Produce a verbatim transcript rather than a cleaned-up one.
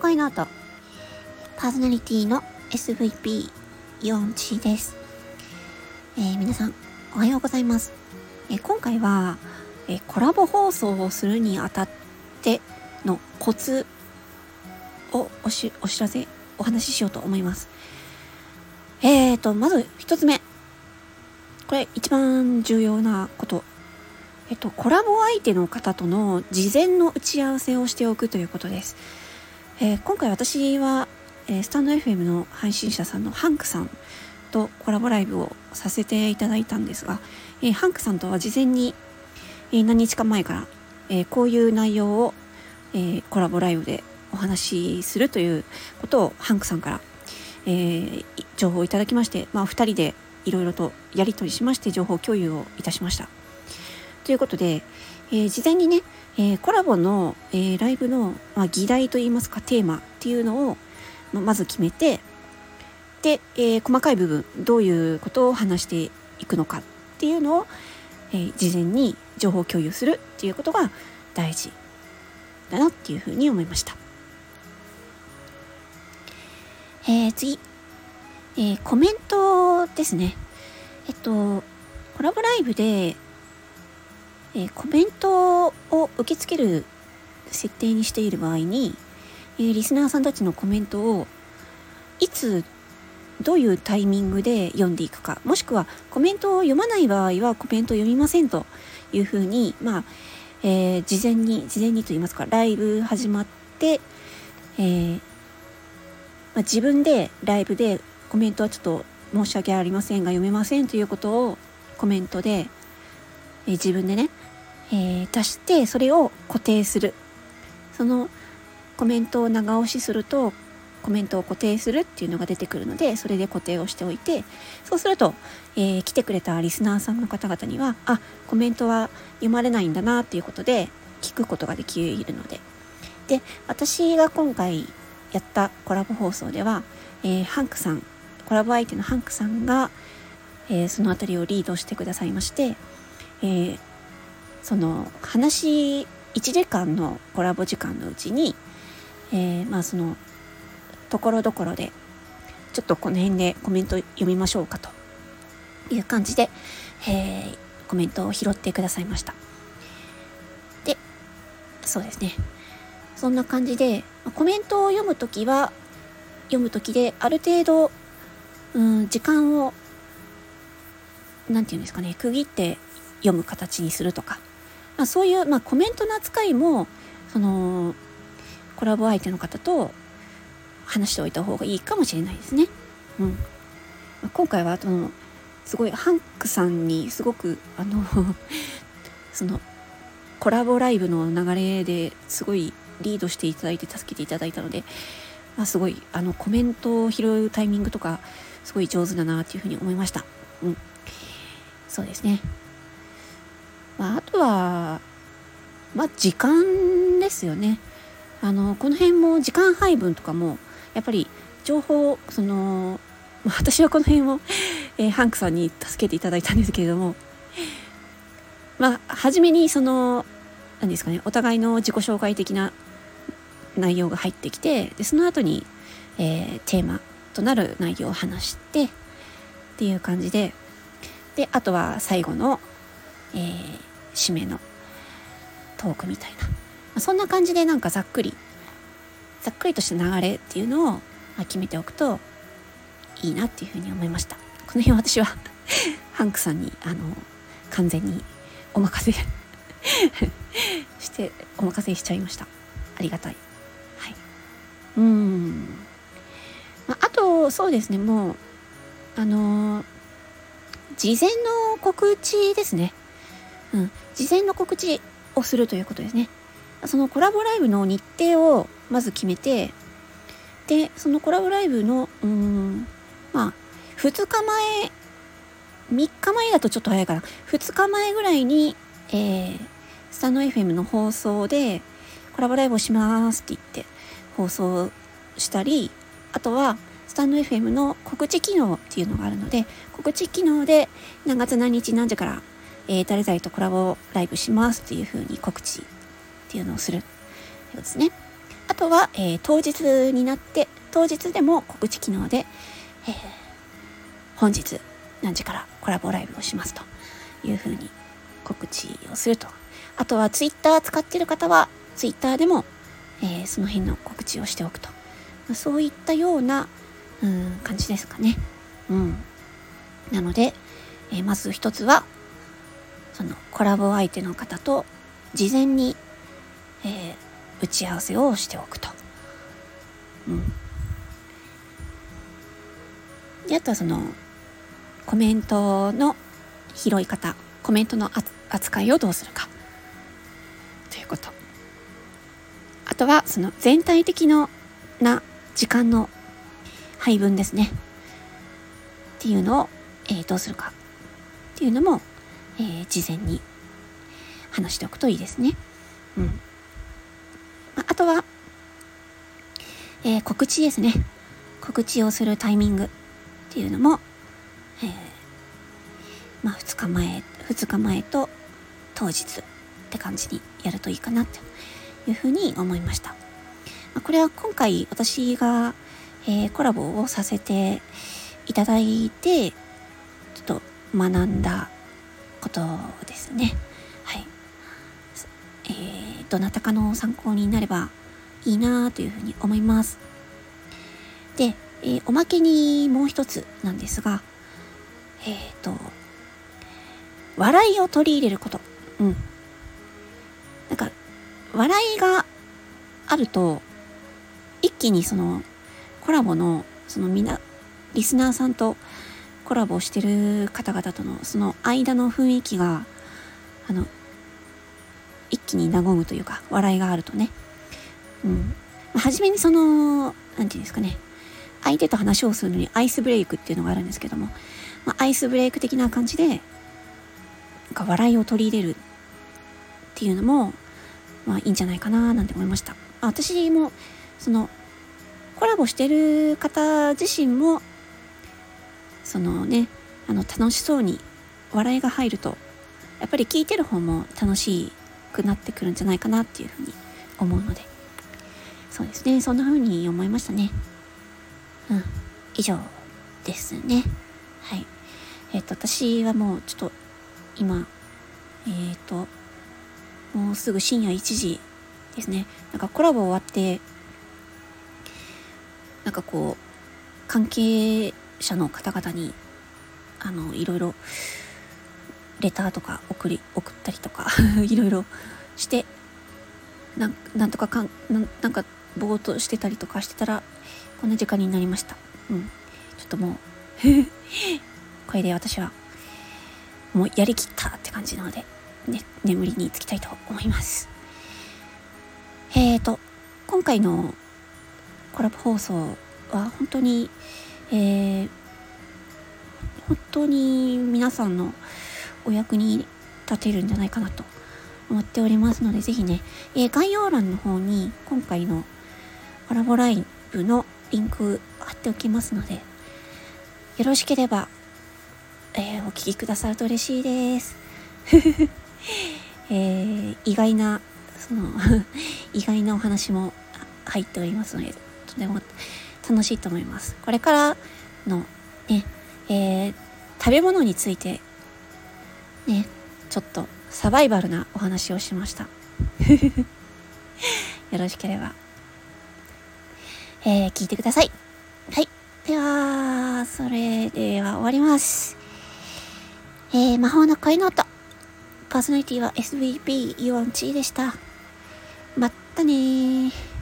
会ノートパーソナリティの エスブイピー ヨンチです。えー、皆さんおはようございます。えー、今回は、えー、コラボ放送をするにあたってのコツをおしお知らせお話ししようと思います。えーとまず一つ目、これ一番重要なこと、えっとコラボ相手の方との事前の打ち合わせをしておくということです。えー、今回私は、えー、スタンド エフエム の配信者さんのハンクさんとコラボライブをさせていただいたんですが、えー、ハンクさんとは事前に、えー、何日か前から、えー、こういう内容を、えー、コラボライブでお話しするということをハンクさんから、えー、情報をいただきまして、まあ、ふたりでいろいろとやり取りしまして情報共有をいたしました。ということで、えー、事前にね、えー、コラボの、えー、ライブの、まあ、議題といいますかテーマっていうのを、まあ、まず決めて、で、えー、細かい部分どういうことを話していくのかっていうのを、えー、事前に情報共有するっていうことが大事だなっていうふうに思いました。えー、次、えー、コメントですね。えっとコラボライブでえー、コメントを受け付ける設定にしている場合に、えー、リスナーさんたちのコメントをいつどういうタイミングで読んでいくか、もしくはコメントを読まない場合はコメントを読みませんというふうに、まあえー、事前に事前にと言いますか、ライブ始まって、えーまあ、自分でライブでコメントはちょっと申し訳ありませんが読めませんということをコメントで、えー、自分でねえー、出してそれを固定する。そのコメントを長押しするとコメントを固定するっていうのが出てくるので、それで固定をしておいて、そうすると、えー、来てくれたリスナーさんの方々にはあコメントは読まれないんだなっていうことで聞くことができるので、で私が今回やったコラボ放送では、えー、ハンクさんコラボ相手のハンクさんが、えー、そのあたりをリードしてくださいまして、えーその話いちじかんのコラボ時間のうちに、えー、まあそのところどころでちょっとこの辺でコメント読みましょうかという感じで、えー、コメントを拾ってくださいました。で、そうですね。そんな感じでコメントを読むときは読むときである程度、うん、時間をなんていうんですかね、区切って読む形にするとか。まあ、そういう、まあ、コメントの扱いもそのコラボ相手の方と話しておいた方がいいかもしれないですね。うん。まあ、今回はそのすごいハンクさんにすごくあのそのコラボライブの流れですごいリードしていただいて助けていただいたので、まあ、すごいあのコメントを拾うタイミングとかすごい上手だなというふうに思いました。うん。そうですね。まあ、あとは、まあ、時間ですよね。あのこの辺も時間配分とかもやっぱり情報その、まあ、私はこの辺を、えー、ハンクさんに助けていただいたんですけれども、まあ初めにその何ですかね、お互いの自己紹介的な内容が入ってきて、でその後に、えー、テーマとなる内容を話してっていう感じで、であとは最後のえー、締めのトークみたいな、まあ、そんな感じでなんかざっくりざっくりとした流れっていうのを、まあ、決めておくといいなっていうふうに思いました。この辺私はハンクさんにあの完全にお任せしてお任せしちゃいました。ありがたい。はい。うーん、まあ、あとそうですね、もうあのー、事前の告知ですね。うん、事前の告知をするということですね。そのコラボライブの日程をまず決めて、でそのコラボライブのうーんまあふつかまえみっかまえだとちょっと早いからふつかまえぐらいに、えー、スタンド エフエム の放送でコラボライブをしますって言って放送したり、あとはスタンド エフエム の告知機能っていうのがあるので、告知機能で何月何日何時からえー、誰々とコラボライブしますっていう風に告知っていうのをするようですね。 あとは、えー、当日になって当日でも告知機能で、えー、本日何時からコラボライブをしますというふうに告知をすると。あとはツイッター使ってる方はツイッターでも、えー、その辺の告知をしておくと、まあ、そういったようなうん感じですかね。うん。なので、えー、まず一つはそのコラボ相手の方と事前に、えー、打ち合わせをしておくと。うん。で、あとはそのコメントの拾い方、コメントの扱いをどうするかということ。あとはその全体的な時間の配分ですねっていうのを、えー、どうするかっていうのも、えー、事前に話しておくといいですね。うん。あ, あとは、えー、告知ですね。告知をするタイミングっていうのも、えー、まあふつかまえふつかまえと当日って感じにやるといいかなというふうに思いました。まあ、これは今回私が、えー、コラボをさせていただいてちょっと学んだことですね。はい。えー、どなたかの参考になればいいなというふうに思います。で、えー、おまけにもう一つなんですが、えっと笑いを取り入れること。うん。なんか笑いがあると一気にそのコラボのそのみんなリスナーさんとコラボしてる方々とのその間の雰囲気があの一気に和むというか、笑いがあるとね、うん、はじめにそのなんていうんですかね、相手と話をするのにアイスブレイクっていうのがあるんですけども、まあ、アイスブレイク的な感じでなんか笑いを取り入れるっていうのもまあいいんじゃないかななんて思いました。私もそのコラボしてる方自身もそのね、あの楽しそうに笑いが入るとやっぱり聞いてる方も楽しくなってくるんじゃないかなっていうふうに思うので、そうですね、そんなふうに思いましたね。うん、以上ですね。はい。えっと私はもうちょっと今えっともうすぐ深夜いちじですね。なんかコラボ終わってなんかこう関係者の方々にあのいろいろレターとか送り送ったりとかいろいろしてなんなんとかかんななんかぼーっとしてたりとかしてたらこんな時間になりました。うん、ちょっともうこれで私はもうやりきったって感じなので、ね、眠りにつきたいと思います。えーと今回のコラボ放送は本当に、えー、本当に皆さんのお役に立てるんじゃないかなと思っておりますので、ぜひね、えー、概要欄の方に今回のコラボライブのリンク貼っておきますので、よろしければ、えー、お聞きくださると嬉しいです、えー、意外なその意外なお話も入っておりますので、とても楽しいと思います。これからのね、えー、食べ物についてね、ちょっとサバイバルなお話をしましたよろしければ、えー、聞いてください。はい、ではそれでは終わります。えー、魔法の恋の音、パーソナリティは エスブイピー イワンチーでした。まったねー。